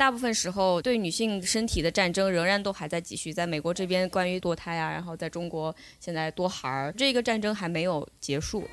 大部分时候对女性身体的战争仍然都还在继续。在美国这边关于堕胎啊，然后在中国现在多孩儿，这个战争还没有结束。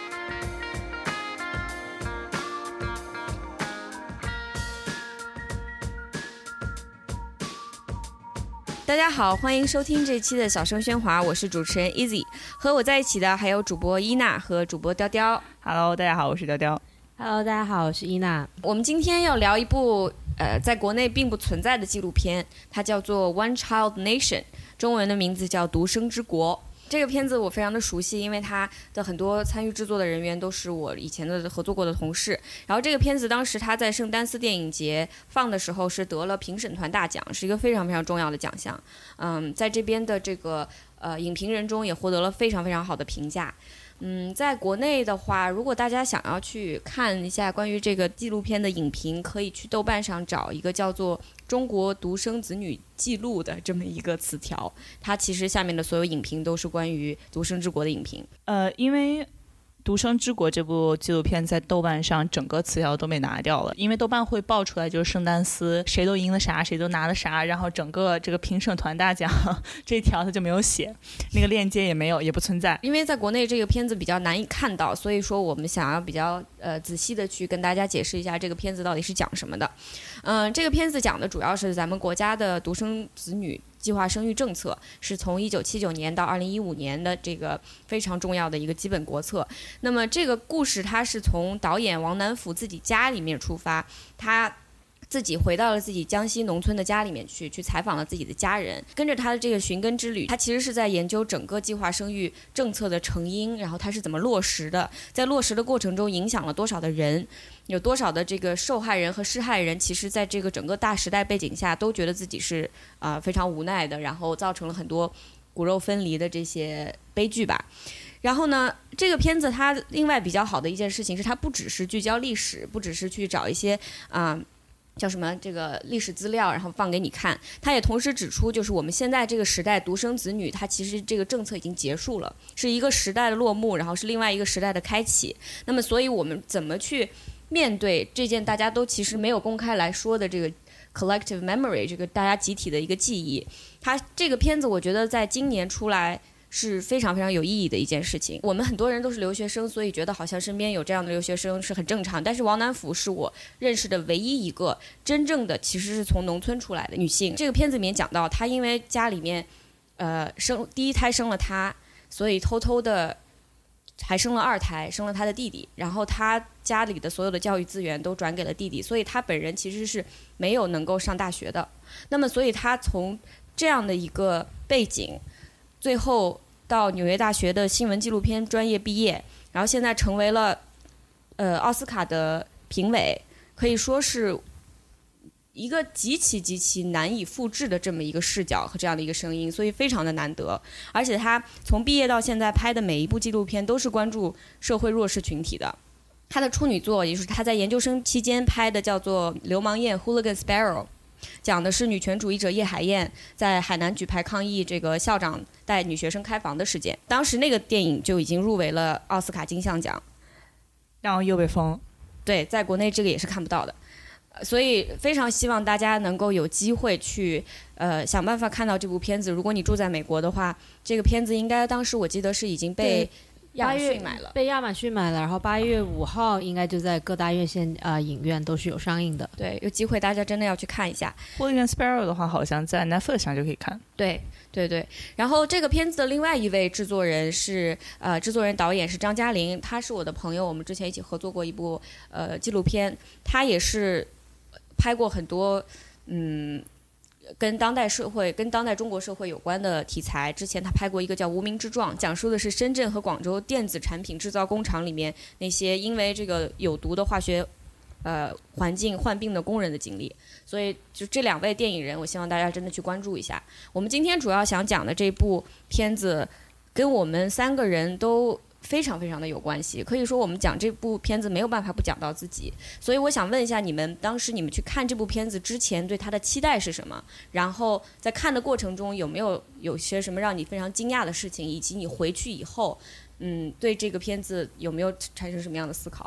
大家好，欢迎收听这期的小声喧哗，我是主持人 Easy， 和我在一起的还有主播伊娜和主播雕雕。 Hello， 大家好，我是雕雕。 Hello， 大家好，我是伊娜。 我们今天要聊一部在国内并不存在的纪录片，它叫做 One Child Nation， 中文的名字叫独生之国。这个片子我非常的熟悉，因为它的很多参与制作的人员都是我以前的合作过的同事。然后这个片子当时它在圣丹斯电影节放的时候是得了评审团大奖，是一个非常非常重要的奖项。在这边的这个影评人中也获得了非常非常好的评价。在国内的话，如果大家想要去看一下关于这个纪录片的影评，可以去豆瓣上找一个叫做中国独生子女记录的这么一个词条，它其实下面的所有影评都是关于独生之国的影评。 因为独生之国这部纪录片在豆瓣上整个词条都被拿掉了，因为豆瓣会爆出来就是圣丹斯谁都赢了啥，谁都拿了啥，然后整个这个评审团大奖这一条它就没有写，那个链接也没有，也不存在。 因为在国内这个片子比较难以看到，所以说我们想要比较仔细的去跟大家解释一下这个片子到底是讲什么的。这个片子讲的主要是咱们国家的独生子女计划生育政策，是从1979年到2015年的这个非常重要的一个基本国策。那么这个故事它是从导演王南甫自己家里面出发，他自己回到了自己江西农村的家里面去采访了自己的家人，跟着他的这个寻根之旅，他其实是在研究整个计划生育政策的成因，然后他是怎么落实的，在落实的过程中影响了多少的人，有多少的这个受害人和施害人，其实在这个整个大时代背景下都觉得自己是非常无奈的，然后造成了很多骨肉分离的这些悲剧吧。然后呢，这个片子它另外比较好的一件事情是，它不只是聚焦历史，不只是去找一些叫什么这个历史资料然后放给你看，它也同时指出就是我们现在这个时代独生子女它其实这个政策已经结束了，是一个时代的落幕，然后是另外一个时代的开启。那么所以我们怎么去面对这件大家都其实没有公开来说的这个 collective memory， 这个大家集体的一个记忆，它这个片子我觉得在今年出来是非常非常有意义的一件事情。我们很多人都是留学生，所以觉得好像身边有这样的留学生是很正常，但是王南甫是我认识的唯一一个真正的其实是从农村出来的女性。这个片子里面讲到，她因为家里面第一胎生了她，所以偷偷的还生了二胎，生了她的弟弟，然后她家里的所有的教育资源都转给了弟弟，所以她本人其实是没有能够上大学的。那么所以她从这样的一个背景，最后到纽约大学的新闻纪录片专业毕业，然后现在成为了奥斯卡的评委，可以说是一个极其难以复制的这么一个视角和这样的一个声音，所以非常的难得。而且他从毕业到现在拍的每一部纪录片都是关注社会弱势群体的。他的处女作也就是他在研究生期间拍的叫做《流氓燕》 Hooligan Sparrow，讲的是女权主义者叶海燕在海南举牌抗议这个校长带女学生开房的事件，当时那个电影就已经入围了奥斯卡金像奖， 然后又被封。 对，在国内这个也是看不到的，所以非常希望大家能够有机会去想办法看到这部片子。如果你住在美国的话，这个片子应该当时我记得是已经被亚马逊买了， 被亚马逊买了，然后8月5号应该就在各大院线影院都是有上映的。 对，有机会大家真的要去看一下。 Hooligan Sparrow 的话，好像在 Netflix 上就可以看。 对。然后这个片子的另外一位制作人是制作人导演是张嘉玲，他是我的朋友，我们之前一起合作过一部纪录片，他也是拍过很多跟当代社会、跟当代中国社会有关的题材。之前他拍过一个叫《无名之状》，讲述的是深圳和广州电子产品制造工厂里面那些因为这个有毒的化学环境患病的工人的经历。所以就这两位电影人，我希望大家真的去关注一下。我们今天主要想讲的这部片子跟我们3个人都非常非常的有关系，可以说我们讲这部片子没有办法不讲到自己。所以我想问一下你们，当时你们去看这部片子之前对它的期待是什么？然后在看的过程中有些什么让你非常惊讶的事情，以及你回去以后对这个片子有没有产生什么样的思考？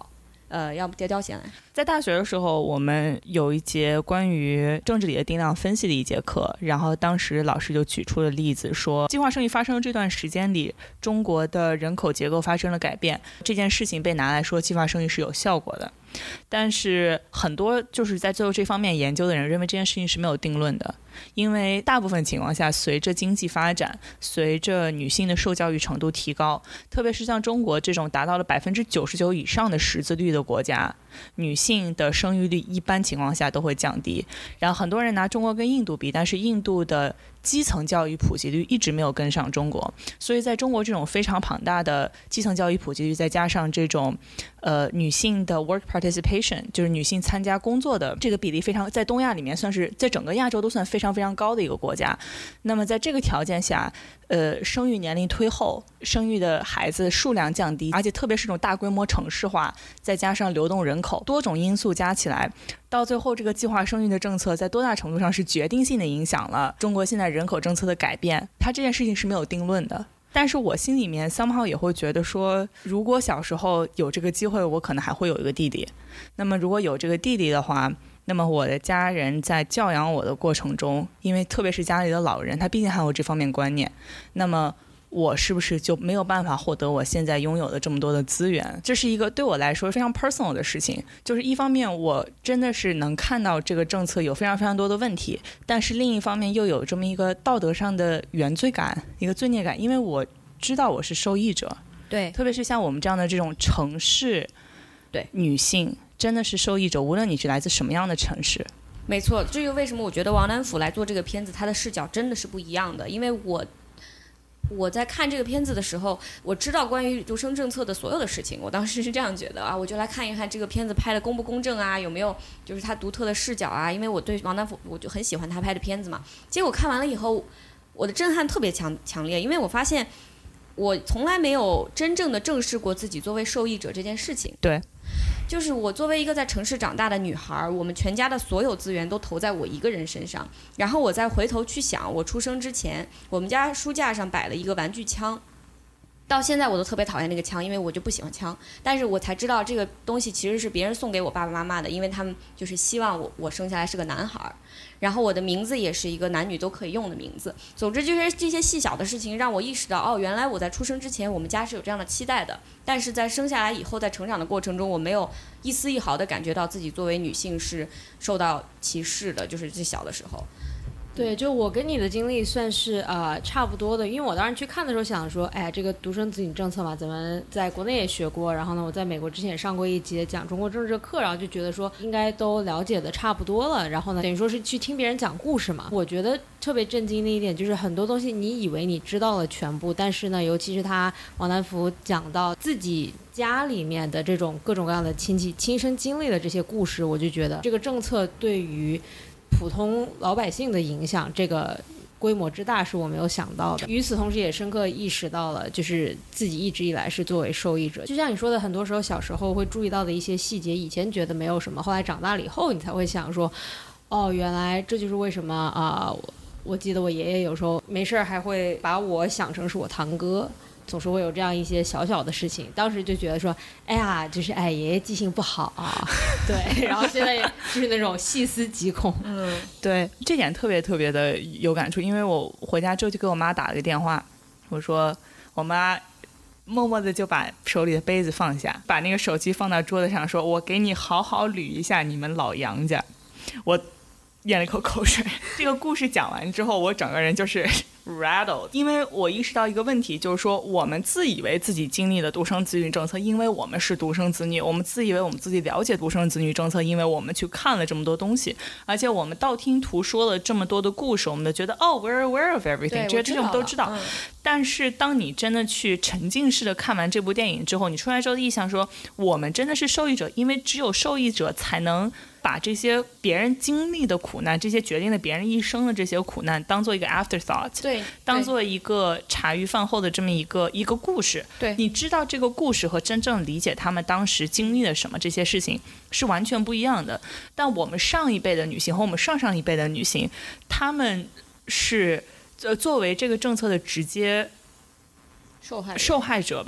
要不雕雕先来。 在大学的时候，我们有一节关于政治里的定量分析的一节课，然后当时老师就举出了例子，说计划生育发生的这段时间里，中国的人口结构发生了改变，这件事情被拿来说计划生育是有效果的。但是很多就是在做这方面研究的人认为这件事情是没有定论的，因为大部分情况下，随着经济发展，随着女性的受教育程度提高，特别是像中国这种达到了99%以上的识字率的国家，女性的生育率一般情况下都会降低。然后很多人拿中国跟印度比，但是印度的基层教育普及率一直没有跟上中国，所以在中国这种非常庞大的基层教育普及率，再加上这种女性的 work participation， 就是女性参加工作的这个比例非常，在东亚里面算是在整个亚洲都算非常非常高的一个国家。那么在这个条件下，生育年龄推后，生育的孩子数量降低，而且特别是这种大规模城市化，再加上流动人口，多种因素加起来，到最后这个计划生育的政策在多大程度上是决定性的影响了中国现在人口政策的改变。它这件事情是没有定论的，但是我心里面 somehow 也会觉得说，如果小时候有这个机会，我可能还会有一个弟弟。那么如果有这个弟弟的话，那么我的家人在教养我的过程中，因为特别是家里的老人，他毕竟还有这方面观念，那么我是不是就没有办法获得我现在拥有的这么多的资源？这是一个对我来说非常 personal 的事情。就是一方面我真的是能看到这个政策有非常非常多的问题，但是另一方面又有这么一个道德上的原罪感，一个罪孽感，因为我知道我是受益者。 对， 特别是像我们这样的这种城市对女性真的是受益者，无论你是来自什么样的城市。 没错，这就为什么我觉得王南甫来做这个片子，他的视角真的是不一样的。因为我在看这个片子的时候，我知道关于独生政策的所有的事情，我当时是这样觉得啊，我就来看一看这个片子拍的公不公正啊，有没有就是他独特的视角啊，因为我对王南甫我就很喜欢他拍的片子嘛。结果看完了以后，我的震撼特别强烈，因为我发现我从来没有真正的正视过自己作为受益者这件事情。 对， 就是我作为一个在城市长大的女孩，我们全家的所有资源都投在我一个人身上，然后我再回头去想，我出生之前，我们家书架上摆了一个玩具枪，到现在我都特别讨厌那个枪，因为我就不喜欢枪。但是我才知道这个东西其实是别人送给我爸爸妈妈的，因为他们就是希望我生下来是个男孩，然后我的名字也是一个男女都可以用的名字。总之就是这些细小的事情让我意识到，哦，原来我在出生之前我们家是有这样的期待的，但是在生下来以后，在成长的过程中，我没有一丝一毫的感觉到自己作为女性是受到歧视的，就是最小的时候。 对，就我跟你的经历算是差不多的，因为我当时去看的时候想说，哎，这个独生子女政策嘛，咱们在国内也学过，然后呢，我在美国之前也上过一节讲中国政治的课，然后就觉得说应该都了解的差不多了，然后呢，等于说是去听别人讲故事嘛。我觉得特别震惊的一点就是很多东西你以为你知道了全部，但是呢，尤其是他王南甫讲到自己家里面的这种各种各样的亲戚亲身经历的这些故事，我就觉得这个政策对于普通老百姓的影响，这个规模之大是我没有想到的。与此同时也深刻意识到了，就是自己一直以来是作为受益者，就像你说的，很多时候小时候会注意到的一些细节，以前觉得没有什么，后来长大了以后你才会想说，哦，原来这就是为什么我记得我爷爷有时候没事还会把我想成是我堂哥，总是会有这样一些小小的事情，当时就觉得说，哎呀，就是爷爷记性不好啊，对，然后现在就是那种细思极恐。 对，这点特别特别的有感触，因为我回家之后就给我妈打了个电话，我说我妈默默的就把手里的杯子放下，把那个手机放到桌子上，说我给你好好捋一下你们老杨家。我咽了一口口水。这个故事讲完之后，我整个人就是rattled， 因为我意识到一个问题，就是说我们自以为自己经历了独生子女政策，因为我们是独生子女，我们自以为我们自己了解独生子女政策，因为我们去看了这么多东西，而且我们道听途说了这么多的故事，我们都觉得哦 we're aware of everything， 这些我们都知道。但是当你真的去沉浸式的看完这部电影之后，你出来之后的意向说，我们真的是受益者，因为只有受益者才能把这些别人经历的苦难，这些决定了别人一生的这些苦难，当做一个 afterthought， 对， 当做一个茶余饭后的这么一个故事。 对， 你知道这个故事和真正理解他们当时经历了什么，这些事情是完全不一样的。但我们上一辈的女性和我们上上一辈的女性，她们是作为这个政策的直接受害者吧。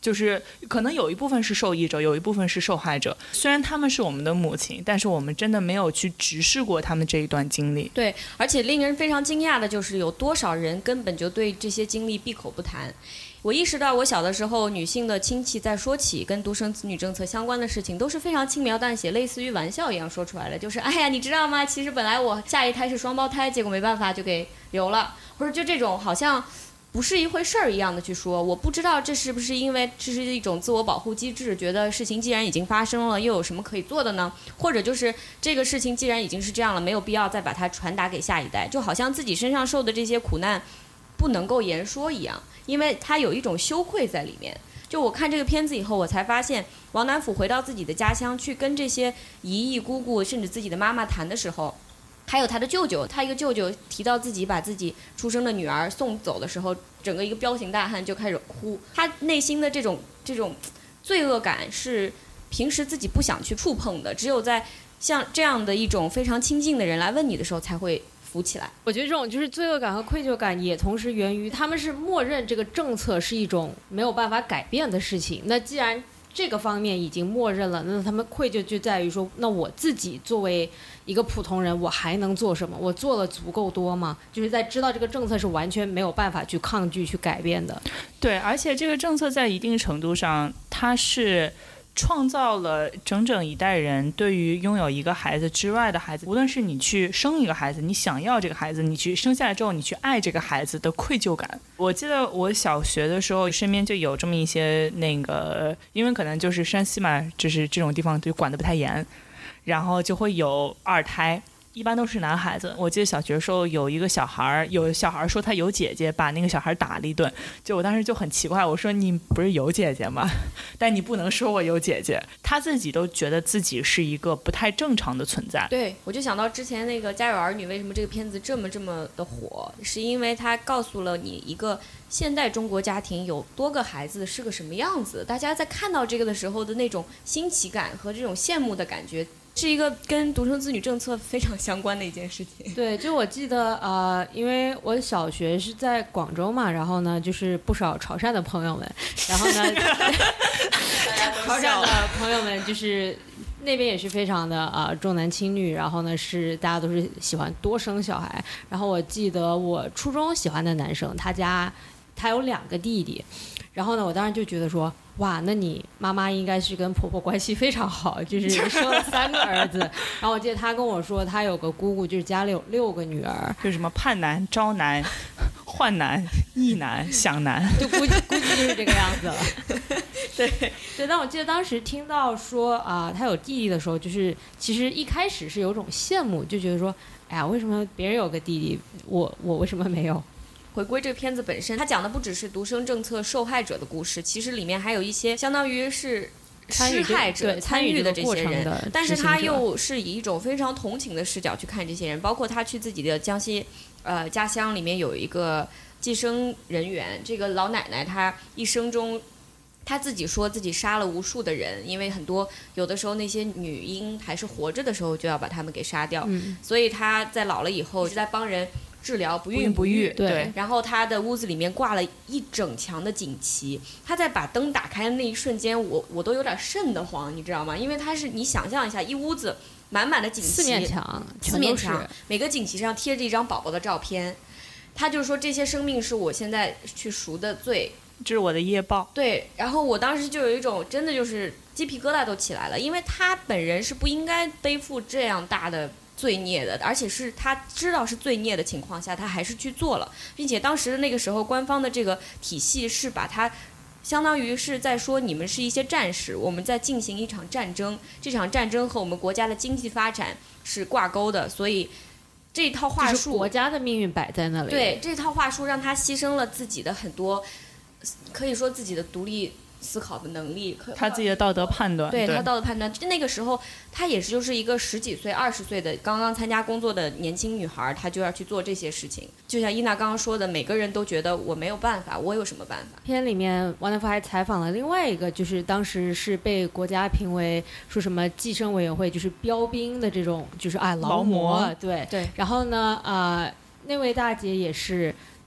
就是可能有一部分是受益者，有一部分是受害者。虽然他们是我们的母亲，但是我们真的没有去直视过他们这一段经历。 对，而且令人非常惊讶的就是有多少人根本就对这些经历闭口不谈。我意识到我小的时候，女性的亲戚在说起跟独生子女政策相关的事情，都是非常轻描淡写，类似于玩笑一样说出来了。就是哎呀，你知道吗？其实本来我下一胎是双胞胎，结果没办法就给留了，或者就这种好像不是一回事儿一样的去说。我不知道这是不是因为这是一种自我保护机制，觉得事情既然已经发生了，又有什么可以做的呢？或者就是这个事情既然已经是这样了，没有必要再把它传达给下一代，就好像自己身上受的这些苦难不能够言说一样，因为他有一种羞愧在里面。就我看这个片子以后，我才发现王南甫回到自己的家乡去跟这些姨姨姑姑甚至自己的妈妈谈的时候，还有他的舅舅，他一个舅舅提到自己把自己出生的女儿送走的时候，整个一个彪形大汉就开始哭。他内心的这种罪恶感是平时自己不想去触碰的，只有在像这样的一种非常亲近的人来问你的时候才会浮起来。 我觉得这种就是罪恶感和愧疚感也同时源于他们是默认这个政策是一种没有办法改变的事情。那既然这个方面已经默认了，那他们愧疚就在于说，那我自己作为一个普通人，我还能做什么？我做了足够多吗？就是在知道这个政策是完全没有办法去抗拒、去改变的。 对，而且这个政策在一定程度上，它是创造了整整一代人对于拥有一个孩子之外的孩子，无论是你去生一个孩子，你想要这个孩子，你去生下来之后你去爱这个孩子的愧疚感。我记得我小学的时候身边就有这么一些因为可能就是山西嘛，就是这种地方就管得不太严，然后就会有二胎，一般都是男孩子。我记得小学时候有一个小孩，说他有姐姐，把那个小孩打了一顿。就我当时就很奇怪，我说你不是有姐姐吗？但你不能说我有姐姐。他自己都觉得自己是一个不太正常的存在。 对，我就想到之前那个《家有儿女》，为什么这个片子这么的火，是因为它告诉了你一个现代中国家庭有多个孩子是个什么样子。大家在看到这个的时候的那种新奇感和这种羡慕的感觉，是一个跟独生子女政策非常相关的一件事情。 对，就我记得因为我小学是在广州嘛，然后呢就是不少潮汕的朋友们，然后呢潮汕的朋友们就是那边也是非常的重男轻女，然后呢是大家都是喜欢多生小孩。然后我记得我初中喜欢的男生，他有2个弟弟，然后呢我当时就觉得说，哇，那你妈妈应该是跟婆婆关系非常好，就是生了3个儿子。然后我记得他跟我说，他有个姑姑，就是家里有6个女儿， 就是什么盼男、招男、换男、意男、想男， 就估计就是这个样子了。 对， 但我记得当时听到说他有弟弟的时候，就是其实一开始是有种羡慕，就觉得说，哎呀，为什么别人有个弟弟，我为什么没有？ 回归这个片子本身，它讲的不只是独生政策受害者的故事，其实里面还有一些相当于是施害者参与的这些人，但是他又是以一种非常同情的视角去看这些人。包括他去自己的江西家乡里面有一个计生人员，这个老奶奶她一生中她自己说自己杀了无数的人，因为有的时候那些女婴还是活着的时候就要把他们给杀掉，所以她在老了以后是在帮人治疗不孕不育。 对， 然后他的屋子里面挂了一整墙的锦旗，他在把灯打开的那一瞬间，我都有点瘆得慌，你知道吗？因为你想象一下，一屋子满满的锦旗，四面墙，每个锦旗上贴着一张宝宝的照片。他就说这些生命是我现在去赎的罪， 这是我的业报。 对，然后我当时就有一种真的就是鸡皮疙瘩都起来了，因为他本人是不应该背负这样大的罪孽的，而且是他知道是罪孽的情况下，他还是去做了，并且当时那个时候官方的这个体系是把他相当于是在说，你们是一些战士，我们在进行一场战争，这场战争和我们国家的经济发展是挂钩的，所以这套话术， 就是国家的命运摆在那里。 对，这套话术让他牺牲了自己的很多，可以说自己的独立思考的能力， 他自己的道德判断， 对他道德判断。那个时候，他也就是一个10几岁、20岁的刚刚参加工作的年轻女孩，她就要去做这些事情。就像伊娜刚刚说的，每个人都觉得我没有办法，我有什么办法？ 片里面王南甫还采访了另外一个，就是当时是被国家评为说什么计生委员会就是标兵的这种，就是劳模，对。然后呢，那位大姐也是。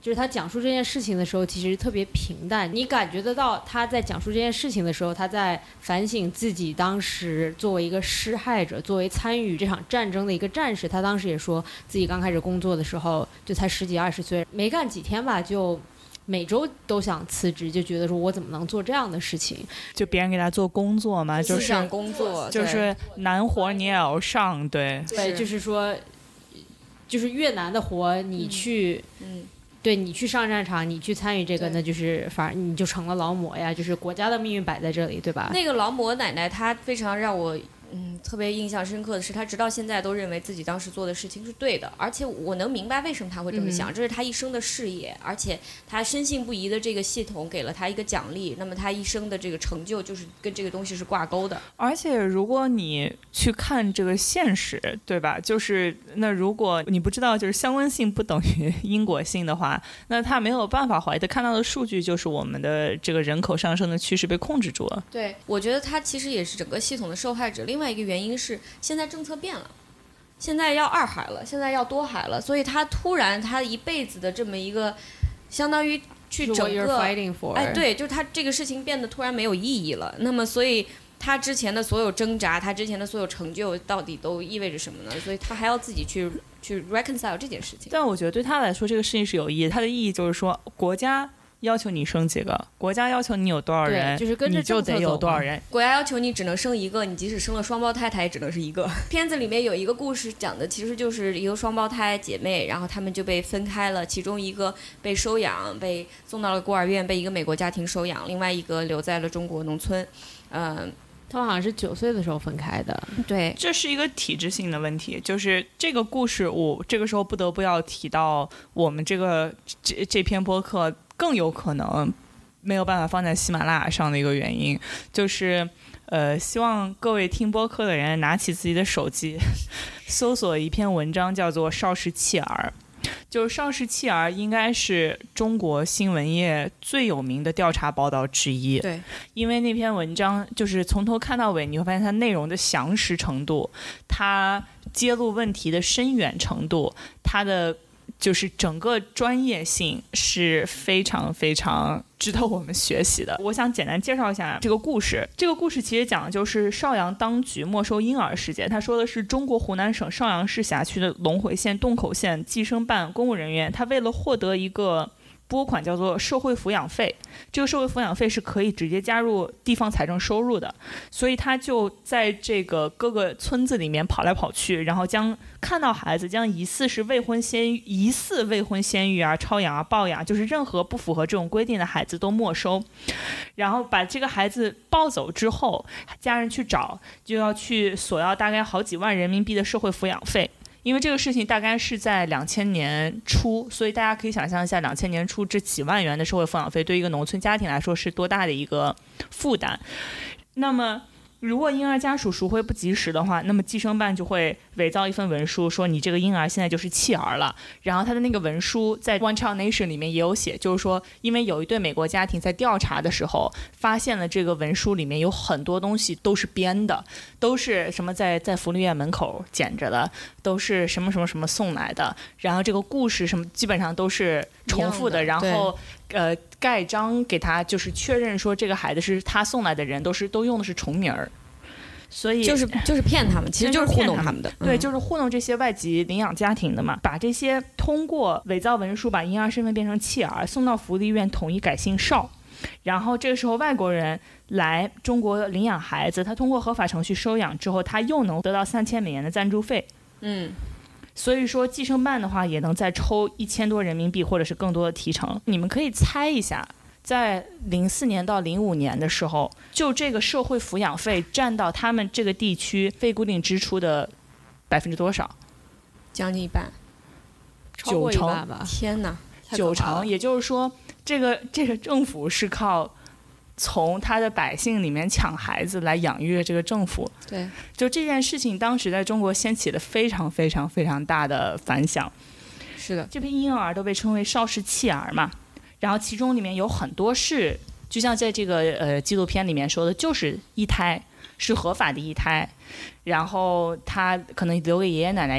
就是他讲述这件事情的时候其实特别平淡，你感觉得到他在讲述这件事情的时候，他在反省自己当时作为一个施害者，作为参与这场战争的一个战士。他当时也说自己刚开始工作的时候就才10几20岁，没干几天吧，就每周都想辞职，就觉得说我怎么能做这样的事情， 就别人给他做工作嘛，就是想工作， 就是难活你也要上，对， 就是说就是越难的活你去对，你去上战场，你去参与这个，那就是反而你就成了劳模呀，就是国家的命运摆在这里，对吧？ 那个劳模奶奶她非常让我特别印象深刻的是，她直到现在都认为自己当时做的事情是对的，而且我能明白为什么她会这么想，这是她一生的事业，而且她深信不疑的这个系统给了她一个奖励，那么她一生的这个成就就是跟这个东西是挂钩的。 而且如果你去看这个现实，对吧？就是那如果你不知道就是相关性不等于因果性的话，那他没有办法怀疑的看到的数据就是我们的这个人口上升的趋势被控制住了。 对，我觉得他其实也是整个系统的受害者。另外一个原因是现在政策变了，现在要2孩了，现在要多孩了，所以他突然他一辈子的这么一个相当于去整个哎，对，就是他这个事情变得突然没有意义了。那么所以他之前的所有挣扎，他之前的所有成就到底都意味着什么呢？所以他还要自己去 reconcile 这件事情。 但我觉得对他来说这个事情是有意义，它的意义就是说国家要求你生几个，国家要求你有多少人， 就是跟着你就得有多少人。 国家要求你只能生一个，你即使生了双胞胎，它也只能是一个。片子里面有一个故事讲的其实就是一个双胞胎姐妹，然后她们就被分开了，其中一个被收养，被送到了孤儿院，被一个美国家庭收养，另外一个留在了中国农村。 他们好像是9岁的时候分开的。 对， 这是一个体制性的问题，就是这个故事我这个时候不得不要提到我们这篇播客更有可能没有办法放在喜马拉雅上的一个原因，就是希望各位听播客的人拿起自己的手机搜索一篇文章叫做《邵氏弃儿》。就是邵氏弃儿应该是中国新闻业最有名的调查报道之一。 对， 因为那篇文章就是从头看到尾，你会发现它内容的详实程度，它揭露问题的深远程度，它的就是整个专业性是非常非常值得我们学习的。我想简单介绍一下这个故事。这个故事其实讲的就是邵阳当局没收婴儿事件。他说的是中国湖南省邵阳市辖区的龙回县洞口县计生办公务人员，他为了获得一个拨款叫做社会抚养费，这个社会抚养费是可以直接加入地方财政收入的，所以他就在这个各个村子里面跑来跑去，然后看到孩子将疑似未婚先育啊、超养啊、抱养，就是任何不符合这种规定的孩子都没收，然后把这个孩子抱走之后，家人去找就要去索要大概好几万人民币的社会抚养费。因为这个事情大概是在2000年初，所以大家可以想象一下2000年初这几万元的社会抚养费对一个农村家庭来说是多大的一个负担。那么如果婴儿家属赎回不及时的话，那么计生办就会伪造一份文书，说你这个婴儿现在就是弃儿了。然后他的那个文书在 One Child Nation 里面也有写，就是说因为有一对美国家庭在调查的时候发现了这个文书里面有很多东西都是编的，都是什么在福利院门口捡着的，都是什么什么什么送来的，然后这个故事什么基本上都是重复的，然后盖章给他就是确认说这个孩子是他送来的人，都用的是重名儿，所以就是骗他们，其实就是糊弄他们的。 对，就是糊弄这些外籍领养家庭的嘛，把这些通过伪造文书把婴儿身份变成弃儿，送到福利院统一改姓邵。然后这个时候外国人来中国领养孩子，他通过合法程序收养之后，他又能得到3000美元的赞助费。所以说计生办的话也能再抽1000多人民币或者是更多的提成。你们可以猜一下，在04年到05年的时候，就这个社会抚养费占到他们这个地区非固定支出的多少？ 将近一半， 超过一半吧。 天哪 ，90%。也就是说这个政府是靠从他的百姓里面抢孩子来养育这个政府。 对， 就这件事情当时在中国掀起了非常非常非常大的反响。 是的， 这批婴儿都被称为邵氏弃儿嘛，然后其中里面有很多是就像在这个纪录片里面说的，就是一胎是合法的一胎，然后他可能留给爷爷奶奶养，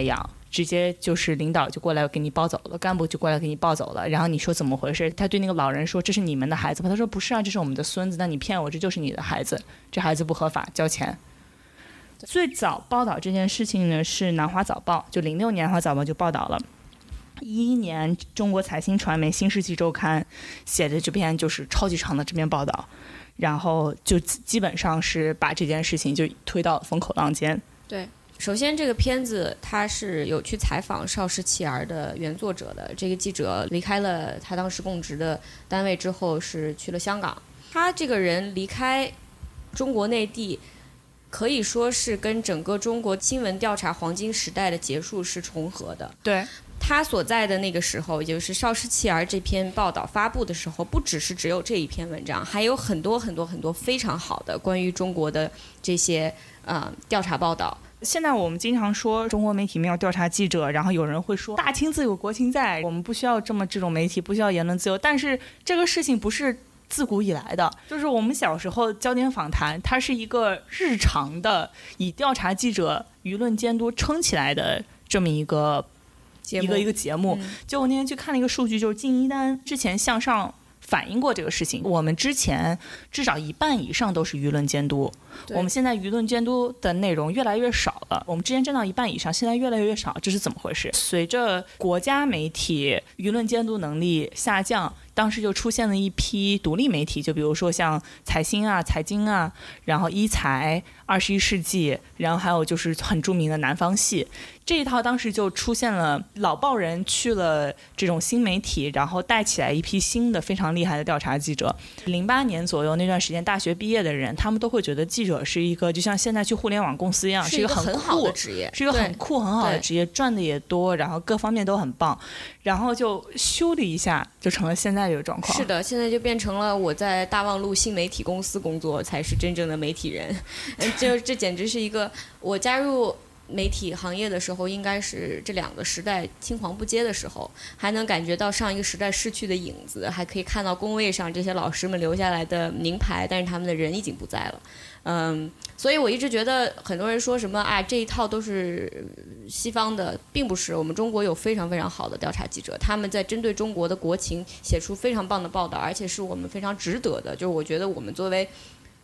直接就是领导就过来给你抱走了，干部就过来给你抱走了，然后你说怎么回事？他对那个老人说这是你们的孩子吧？他说不是啊，这是我们的孙子，那你骗我，这就是你的孩子，这孩子不合法，交钱。最早报道这件事情呢是南华早报，就06年南华早报就报道了。11年中国财新传媒新世纪周刊写的这篇就是超级长的这篇报道，然后就基本上是把这件事情就推到风口浪尖。 对，首先这个片子他是有去采访邵氏弃儿的原作者的，这个记者离开了他当时供职的单位之后是去了香港。他这个人离开中国内地可以说是跟整个中国新闻调查黄金时代的结束是重合的。 对， 他所在的那个时候，也就是邵氏弃儿这篇报道发布的时候，不只有这一篇文章，还有很多很多很多非常好的关于中国的这些调查报道。 现在我们经常说中国媒体没有调查记者，然后有人会说大清自有国情在，我们不需要这种媒体，不需要言论自由。但是这个事情不是自古以来的，就是我们小时候焦点访谈，它是一个日常的以调查记者、舆论监督撑起来的这么一个节目。就我那天去看了一个数据，就是金一丹之前向上反映过这个事情，我们之前至少1半以上都是舆论监督，我们现在舆论监督的内容越来越少了，我们之前占到1半以上，现在越来越少，这是怎么回事？随着国家媒体舆论监督能力下降，当时就出现了一批独立媒体，就比如说像财新啊、财经啊，然后一财、21世纪，然后还有就是很著名的南方系，这一套当时就出现了老报人去了这种新媒体，然后带起来一批新的非常厉害的调查记者。08年左右那段时间，大学毕业的人，他们都会觉得记者是一个就像现在去互联网公司一样，是一个很好的职业， 是一个很酷很好的职业，赚的也多，然后各方面都很棒，然后就咻的一下就成了现在这个状况。 是的，现在就变成了我在大望路新媒体公司工作才是真正的媒体人。这简直是一个，我加入媒体行业的时候，应该是这2个时代青黄不接的时候，还能感觉到上一个时代逝去的影子，还可以看到工位上这些老师们留下来的名牌，但是他们的人已经不在了。所以我一直觉得很多人说什么这一套都是西方的，并不是。我们中国有非常非常好的调查记者，他们在针对中国的国情写出非常棒的报道，而且是我们非常值得的。就是我觉得我们作为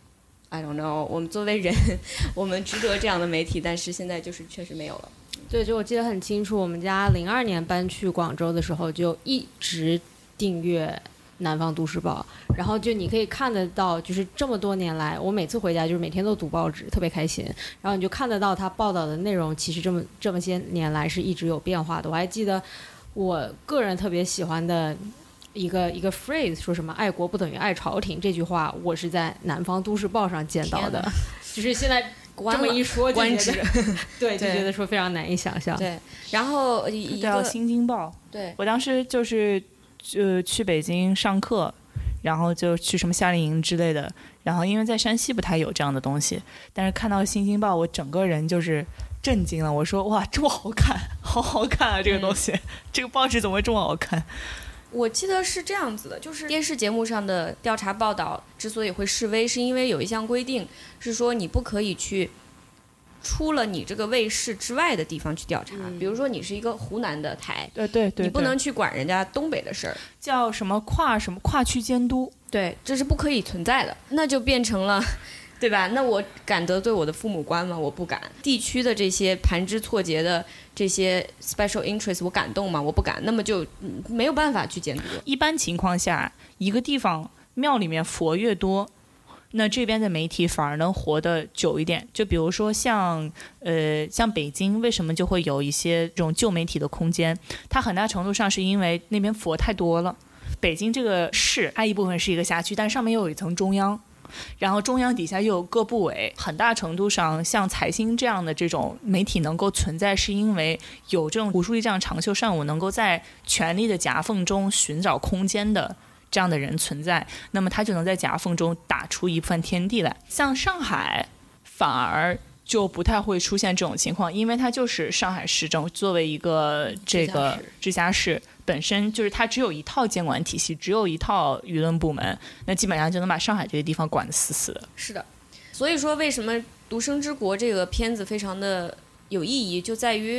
I don't know， 我们作为人，我们值得这样的媒体，但是现在就是确实没有了。 对，就我记得很清楚，我们家02年搬去广州的时候，就一直订阅南方都市报，然后就你可以看得到，就是这么多年来，我每次回家就是每天都读报纸，特别开心。然后你就看得到他报道的内容，其实这么些年来是一直有变化的。我还记得我个人特别喜欢的一个 phrase， 说什么爱国不等于爱朝廷，这句话我是在南方都市报上见到的，就是现在这么一说就觉得对，就觉得说非常难以想象。 对，然后一个新京报， 对， 我当时就是去北京上课，然后就去什么夏令营之类的，然后因为在山西不太有这样的东西，但是看到新京报，我整个人就是震惊了。我说哇，这么好看，好好看啊！这个东西，这个报纸怎么会这么好看？ 我记得是这样子的，就是电视节目上的调查报道之所以会示威，是因为有一项规定是说你不可以去出了你这个卫视之外的地方去调查，比如说你是一个湖南的台， 对， 你不能去管人家东北的事儿， 叫什么跨区监督， 对，这是不可以存在的，那就变成了。对吧？那我敢得罪我的父母官吗？我不敢。地区的这些盘枝错节的这些 special interest， 我敢动吗？我不敢。那么就没有办法去监督。 一般情况下，一个地方庙里面佛越多，那这边的媒体反而能活得久一点。就比如说像北京，为什么就会有一些这种旧媒体的空间？它很大程度上是因为那边佛太多了。北京这个市，它一部分是一个辖区，但上面又有一层中央。然后中央底下又有各部委，很大程度上像财新这样的这种媒体能够存在，是因为有这种胡舒立这样长袖善舞能够在权力的夹缝中寻找空间的这样的人存在，那么他就能在夹缝中打出一片天地来。像上海反而就不太会出现这种情况，因为它就是上海市政作为一个这个直辖市，本身就是它只有一套监管体系，只有一套舆论部门，那基本上就能把上海这个地方管得死死的。 是的，所以说为什么《独生之国》这个片子非常的有意义，就在于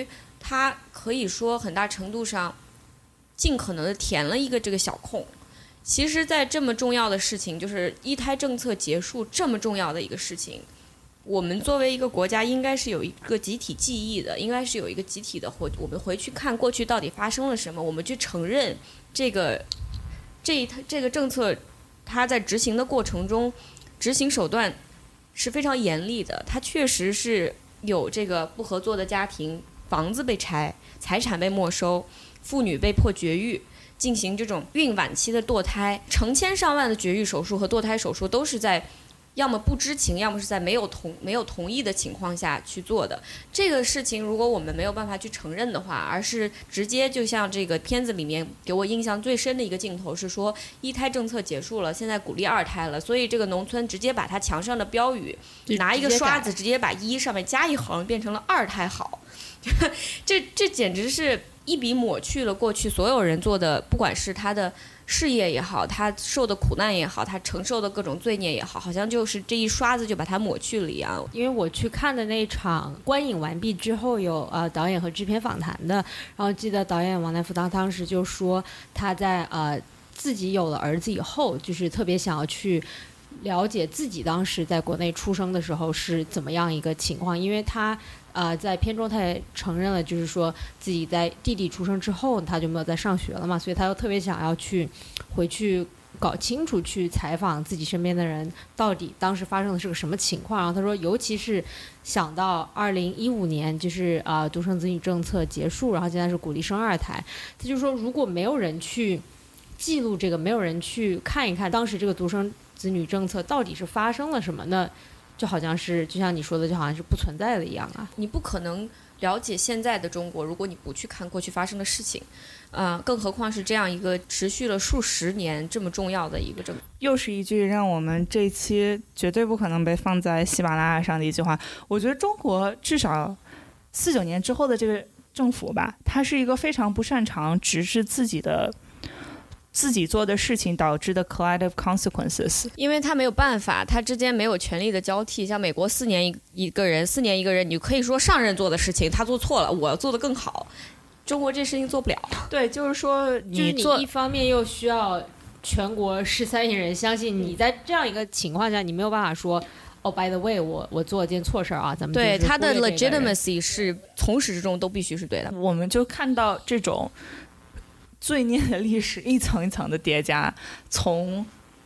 它可以说很大程度上尽可能的填了一个这个小空。其实在这么重要的事情，就是一胎政策结束这么重要的一个事情，我们作为一个国家应该是有一个集体记忆的，应该是有一个集体的我们回去看过去到底发生了什么，我们去承认这个政策它在执行的过程中执行手段是非常严厉的，它确实是有这个不合作的家庭房子被拆，财产被没收，妇女被迫绝育，进行这种孕晚期的堕胎，成千上万的绝育手术和堕胎手术都是在要么不知情，要么是在没有同意的情况下去做的。这个事情如果我们没有办法去承认的话，而是直接就像这个片子里面给我印象最深的一个镜头是说，一胎政策结束了，现在鼓励二胎了，所以这个农村直接把它墙上的标语拿一个刷子直接把一上面加一横，变成了二胎好。这简直是一笔抹去了过去所有人做的，不管是他的事业也好，他受的苦难也好，他承受的各种罪孽也好，好像就是这一刷子就把它抹去了一样。 因为我去看的那场观影完毕之后有导演和制片访谈的，然后记得导演王乃夫当时就说他在自己有了儿子以后，就是特别想要去了解自己当时在国内出生的时候是怎么样一个情况，因为他在片中他也承认了，就是说自己在弟弟出生之后他就没有再上学了嘛，所以他又特别想要去回去搞清楚，去采访自己身边的人到底当时发生的是个什么情况。然后他说尤其是想到2015年就是独生子女政策结束，然后现在是鼓励生二胎，他就说如果没有人去记录这个，没有人去看一看当时这个独生子女政策到底是发生了什么呢，就好像是就像你说的，就好像是不存在的一样啊。 你不可能了解现在的中国，如果你不去看过去发生的事情，更何况是这样一个持续了数十年这么重要的一个政策。 又是一句让我们这期绝对不可能被放在喜马拉雅上的一句话。我觉得中国至少49年之后的这个政府吧，它是一个非常不擅长直视自己做的事情导致的 collective consequences， 因为他没有办法，他之间没有权力的交替。像美国4年一个人，你可以说上任做的事情他做错了，我做得更好。中国这事情做不了。对，就是说你一方面又需要全国13亿人相信你，在这样一个情况下，你没有办法说by the way， 我做了件错事啊，咱们对他的 legitimacy 是从始至终都必须是对的。 我们就看到这种罪孽的历史一层一层的叠加，从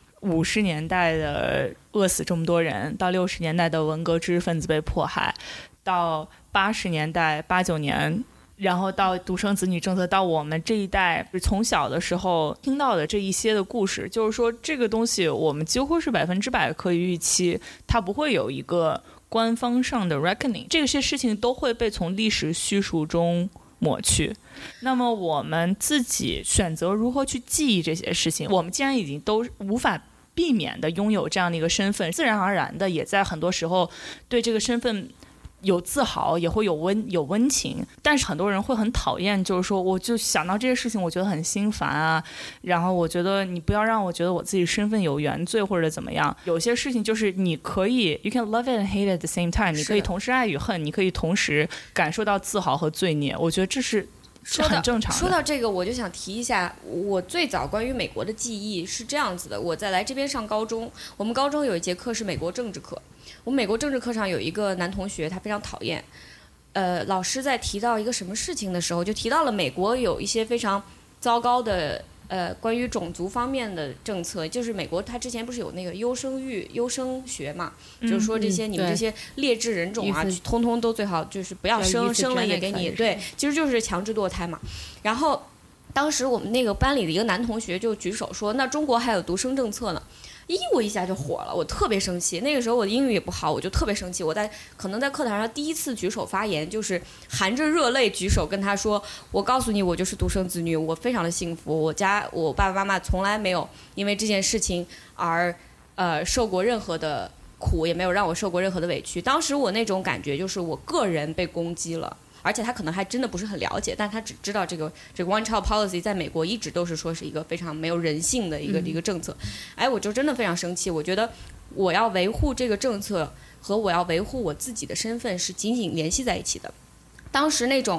50年代的饿死这么多人，到60年代的文革知识分子被迫害，到80年代89年，然后到独生子女政策，到我们这一代从小的时候听到的这一些的故事，就是说这个东西我们几乎是100%可以预期，它不会有一个官方上的 reckoning， 这些事情都会被从历史叙述中抹去。那么我们自己选择如何去记忆这些事情，我们既然已经都无法避免的拥有这样的一个身份，自然而然的也在很多时候对这个身份有自豪，也会有温情。但是很多人会很讨厌，就是说我就想到这些事情我觉得很心烦啊，然后我觉得你不要让我觉得我自己身份有原罪或者怎么样。有些事情就是你可以 you can love it and hate it at the same time， 你可以同时爱与恨，你可以同时感受到自豪和罪孽，我觉得这是很正常的。 说到这个，我就想提一下，我最早关于美国的记忆是这样子的。我在来这边上高中，我们高中有一节课是美国政治课，我们美国政治课上有一个男同学，他非常讨厌老师在提到一个什么事情的时候，就提到了美国有一些非常糟糕的关于种族方面的政策，就是美国它之前不是有那个优生学嘛，就是说这些你们这些劣质人种啊，通通都最好就是不要生了也给你，对，其实就是强制堕胎嘛。然后当时我们那个班里的一个男同学就举手说，那中国还有独生政策呢。我一下就火了，我特别生气。那个时候我的英语也不好，我就特别生气。可能在课堂上第一次举手发言，就是含着热泪举手跟他说：“我告诉你，我就是独生子女，我非常的幸福。我爸爸妈妈从来没有因为这件事情而受过任何的苦，也没有让我受过任何的委屈。”当时我那种感觉就是我个人被攻击了。而且他可能还真的不是很了解，但他只知道这个 one child policy 在美国一直都是说是一个非常没有人性的一个政策。我就真的非常生气，我觉得我要维护这个政策和我要维护我自己的身份是紧紧联系在一起的。当时那种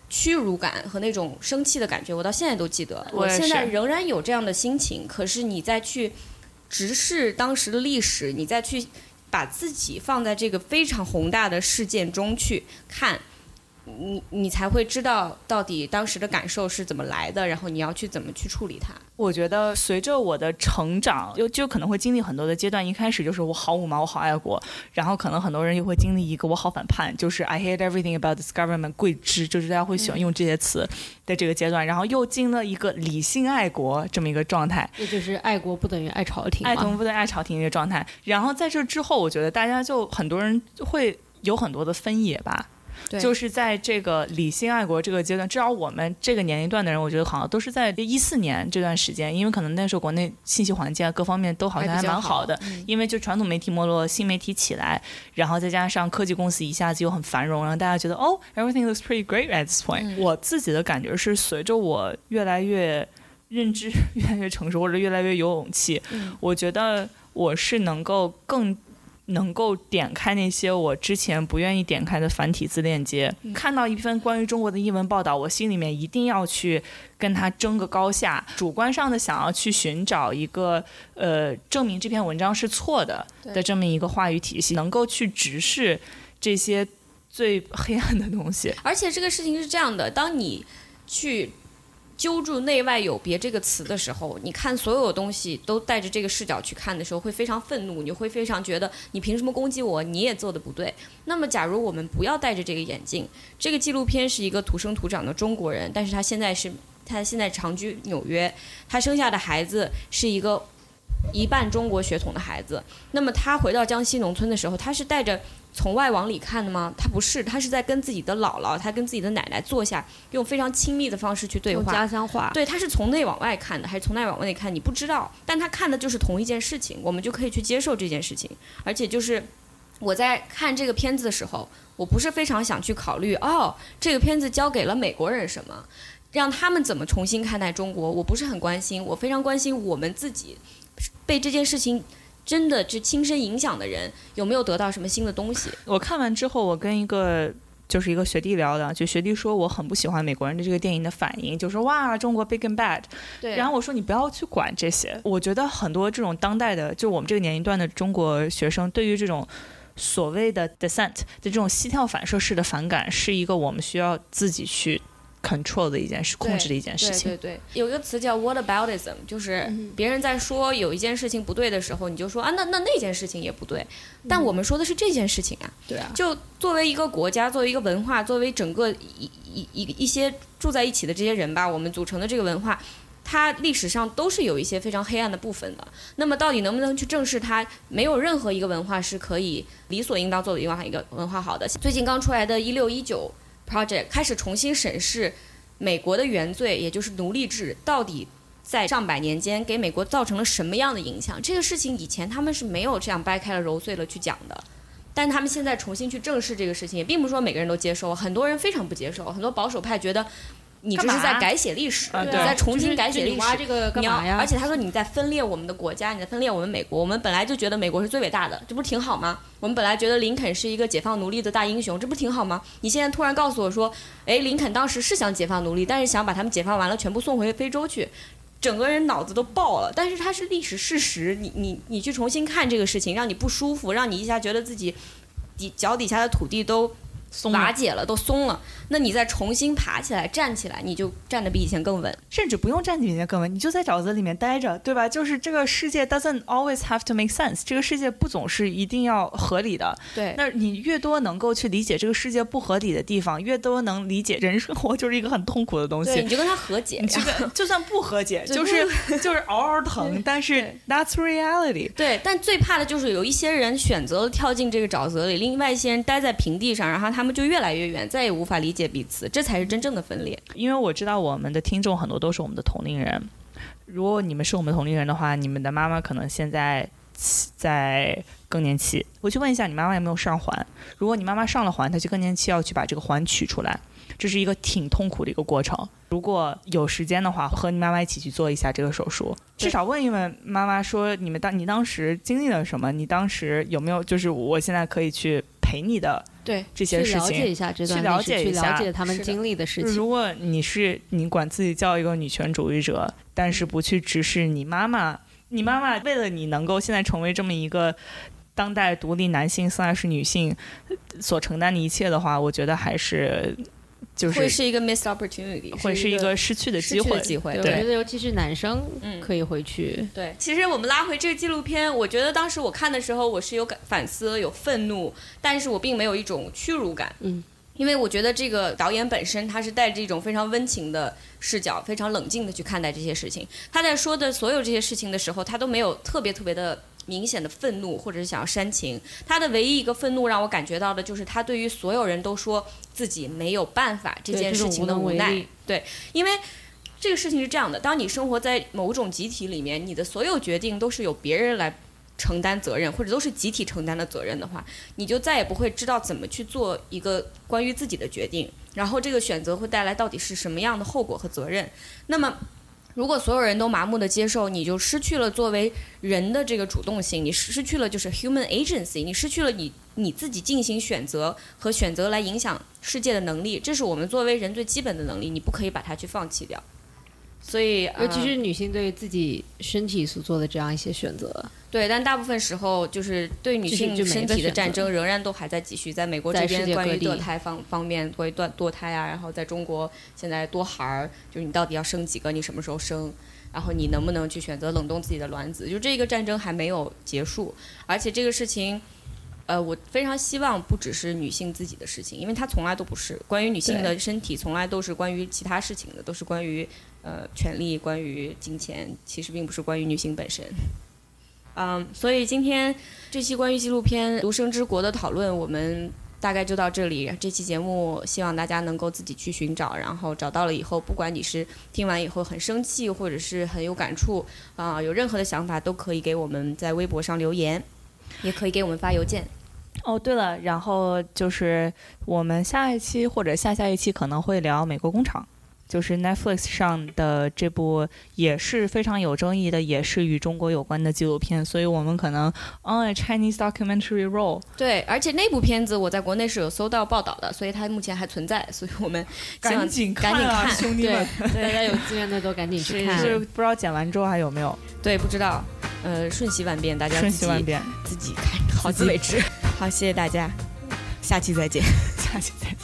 屈辱感和那种生气的感觉，我到现在都记得。我现在仍然有这样的心情，可是你再去直视当时的历史，你再去把自己放在这个非常宏大的事件中去看，你才会知道到底当时的感受是怎么来的，然后你要去怎么去处理它。 我觉得随着我的成长，就可能会经历很多的阶段。一开始就是我好五毛，我好爱国，然后可能很多人又会经历一个我好反叛，就是 I hate everything about this government， 贵之，就是大家会喜欢用这些词的这个阶段。然后又进了一个理性爱国这么一个状态， 也就是爱国不等于爱朝廷， 爱国不等于爱朝廷这个状态。然后在这之后，我觉得大家就很多人会有很多的分野吧。就是在这个理性爱国这个阶段，至少我们这个年龄段的人，我觉得好像都是在14年这段时间，因为可能那时候国内信息环境各方面都好像还蛮好的，因为就传统媒体没落，新媒体起来，然后再加上科技公司一下子又很繁荣，然后大家觉得哦 everything looks pretty great at this point。我自己的感觉是，随着我越来越认知越来越成熟，或者越来越有勇气，我觉得我是更能够点开那些我之前不愿意点开的繁体字链接，看到一份关于中国的英文报道，我心里面一定要去跟他争个高下，主观上的想要去寻找一个证明这篇文章是错的这么一个话语体系，能够去直视这些最黑暗的东西。 而且这个事情是这样的，当你去揪住内外有别这个词的时候，你看所有东西都带着这个视角去看的时候，会非常愤怒，你会非常觉得你凭什么攻击我，你也做的不对。那么假如我们不要戴着这个眼镜，这个纪录片是一个土生土长的中国人，但是他现在长居纽约，他生下的孩子是一个一半中国血统的孩子，那么他回到江西农村的时候，他是带着从外往里看的吗？他不是，他是在跟自己的姥姥，他跟自己的奶奶坐下，用非常亲密的方式去对话， 用家乡话。 对，他是从内往外看的，还是从内往外看？你不知道，但他看的就是同一件事情，我们就可以去接受这件事情。而且就是我在看这个片子的时候，我不是非常想去考虑，这个片子教给了美国人什么，让他们怎么重新看待中国，我不是很关心，我非常关心我们自己被这件事情真的是亲身影响的人有没有得到什么新的东西。 我看完之后，我跟一个学弟聊的，就学弟说我很不喜欢美国人的这个电影的反应，就说哇中国 big and bad。 对， 然后我说你不要去管这些，我觉得很多这种当代的就我们这个年龄段的中国学生对于这种所谓的 dissent 的这种膝跳反射式的反感，是一个我们需要自己去control 的一件事，控制的一件事情。 对，有一个词叫 whataboutism， 就是别人在说有一件事情不对的时候，你就说啊，那件事情也不对，但我们说的是这件事情啊。 对啊， 就作为一个国家，作为一个文化，作为整个一些住在一起的这些人吧，我们组成的这个文化，它历史上都是有一些非常黑暗的部分的。那么到底能不能去正视它？没有任何一个文化是可以理所应当做的一个文化好的。最近刚出来的1619 project 开始重新审视美国的原罪，也就是奴隶制，到底在上百年间给美国造成了什么样的影响。这个事情以前他们是没有这样掰开了揉碎了去讲的，但他们现在重新去正视这个事情，也并不是说每个人都接受，很多人非常不接受，很多保守派觉得你这是在改写历史，你在重新改写历史， 你挖这个干嘛呀？ 而且他说你在分裂我们的国家，你在分裂我们美国。我们本来就觉得美国是最伟大的，这不是挺好吗？我们本来觉得林肯是一个解放奴隶的大英雄，这不是挺好吗？你现在突然告诉我说，林肯当时是想解放奴隶，但是想把他们解放完了全部送回非洲去，整个人脑子都爆了。但是它是历史事实，你去重新看这个事情，让你不舒服，让你一下觉得自己脚底下的土地都瓦解了，都松了，那你再重新爬起来站起来，你就站得比以前更稳， 甚至不用站得比以前更稳，你就在沼泽里面待着，对吧？就是这个世界 doesn't always have to make sense， 这个世界不总是一定要合理的。 对， 那你越多能够去理解这个世界不合理的地方，越多能理解人生活就是一个很痛苦的东西。 对，你就跟他和解， 就算不和解，就是嗷嗷疼，但是 that's reality。 对，但最怕的就是有一些人选择了跳进这个沼泽里，另外一些人待在平地上，然后他们就越来越远，再也无法理解彼此，这才是真正的分裂。 因为我知道我们的听众很多都是我们的同龄人，如果你们是我们同龄人的话，你们的妈妈可能现在在更年期，我去问一下你妈妈有没有上环。如果你妈妈上了环，她就更年期要去把这个环取出来，这是一个挺痛苦的一个过程。如果有时间的话，和你妈妈一起去做一下这个手术，至少问一问妈妈说你当时经历了什么，你当时有没有就是我现在可以去陪你的对这些事情， 去了解一下这段去了解一下， 去了解他们经历的事情。 如果你管自己叫一个女权主义者，但是不去直视你妈妈为了你能够现在成为这么一个当代独立男性/女性所承担的一切的话，我觉得还是就是会是一个 missed opportunity， 会是一个失去的机会。 对，我觉得尤其是男生可以回去。 对，其实我们拉回这个纪录片，我觉得当时我看的时候，我是有反思、有愤怒，但是我并没有一种屈辱感。因为我觉得这个导演本身他是带着一种非常温情的视角，非常冷静的去看待这些事情。他在说的所有这些事情的时候，他都没有特别的明显的愤怒或者是想要煽情。他的唯一一个愤怒让我感觉到的就是他对于所有人都说自己没有办法这件事情的无奈。对，因为这个事情是这样的，当你生活在某种集体里面，你的所有决定都是由别人来承担责任，或者都是集体承担的责任的话，你就再也不会知道怎么去做一个关于自己的决定，然后这个选择会带来到底是什么样的后果和责任。那么如果所有人都麻木的接受，你就失去了作为人的这个主动性，你失去了就是 human agency， 你失去了你自己进行选择和选择来影响世界的能力，这是我们作为人最基本的能力，你不可以把它去放弃掉。所以尤其是女性对自己身体所做的这样一些选择。 对，但大部分时候就是对女性身体的战争仍然都还在继续。在美国这边关于堕胎方面会堕胎啊，然后在中国现在多孩儿，就是你到底要生几个，你什么时候生，然后你能不能去选择冷冻自己的卵子，就这个战争还没有结束。而且这个事情我非常希望不只是女性自己的事情，因为它从来都不是关于女性的身体，从来都是关于其他事情的，都是关于权利，关于金钱，其实并不是关于女性本身。所以今天这期关于纪录片《独生之国》的讨论，我们大概就到这里。这期节目希望大家能够自己去寻找，然后找到了以后，不管你是听完以后很生气，或者是很有感触有任何的想法，都可以给我们在微博上留言，也可以给我们发邮件。 哦，对了，然后就是我们下一期或者下一期可能会聊美国工厂，就是 Netflix 上的这部也是非常有争议的，也是与中国有关的纪录片，所以我们可能Chinese documentary role。 对，而且那部片子我在国内是有搜到报道的，所以它目前还存在，所以我们赶紧看兄弟们。 对，大家有资源的都赶紧去看。 是不知道剪完之后还有没有？ 对，不知道。瞬息万变，大家自己看，好自为之。好，谢谢大家，下期再见。 下期再见。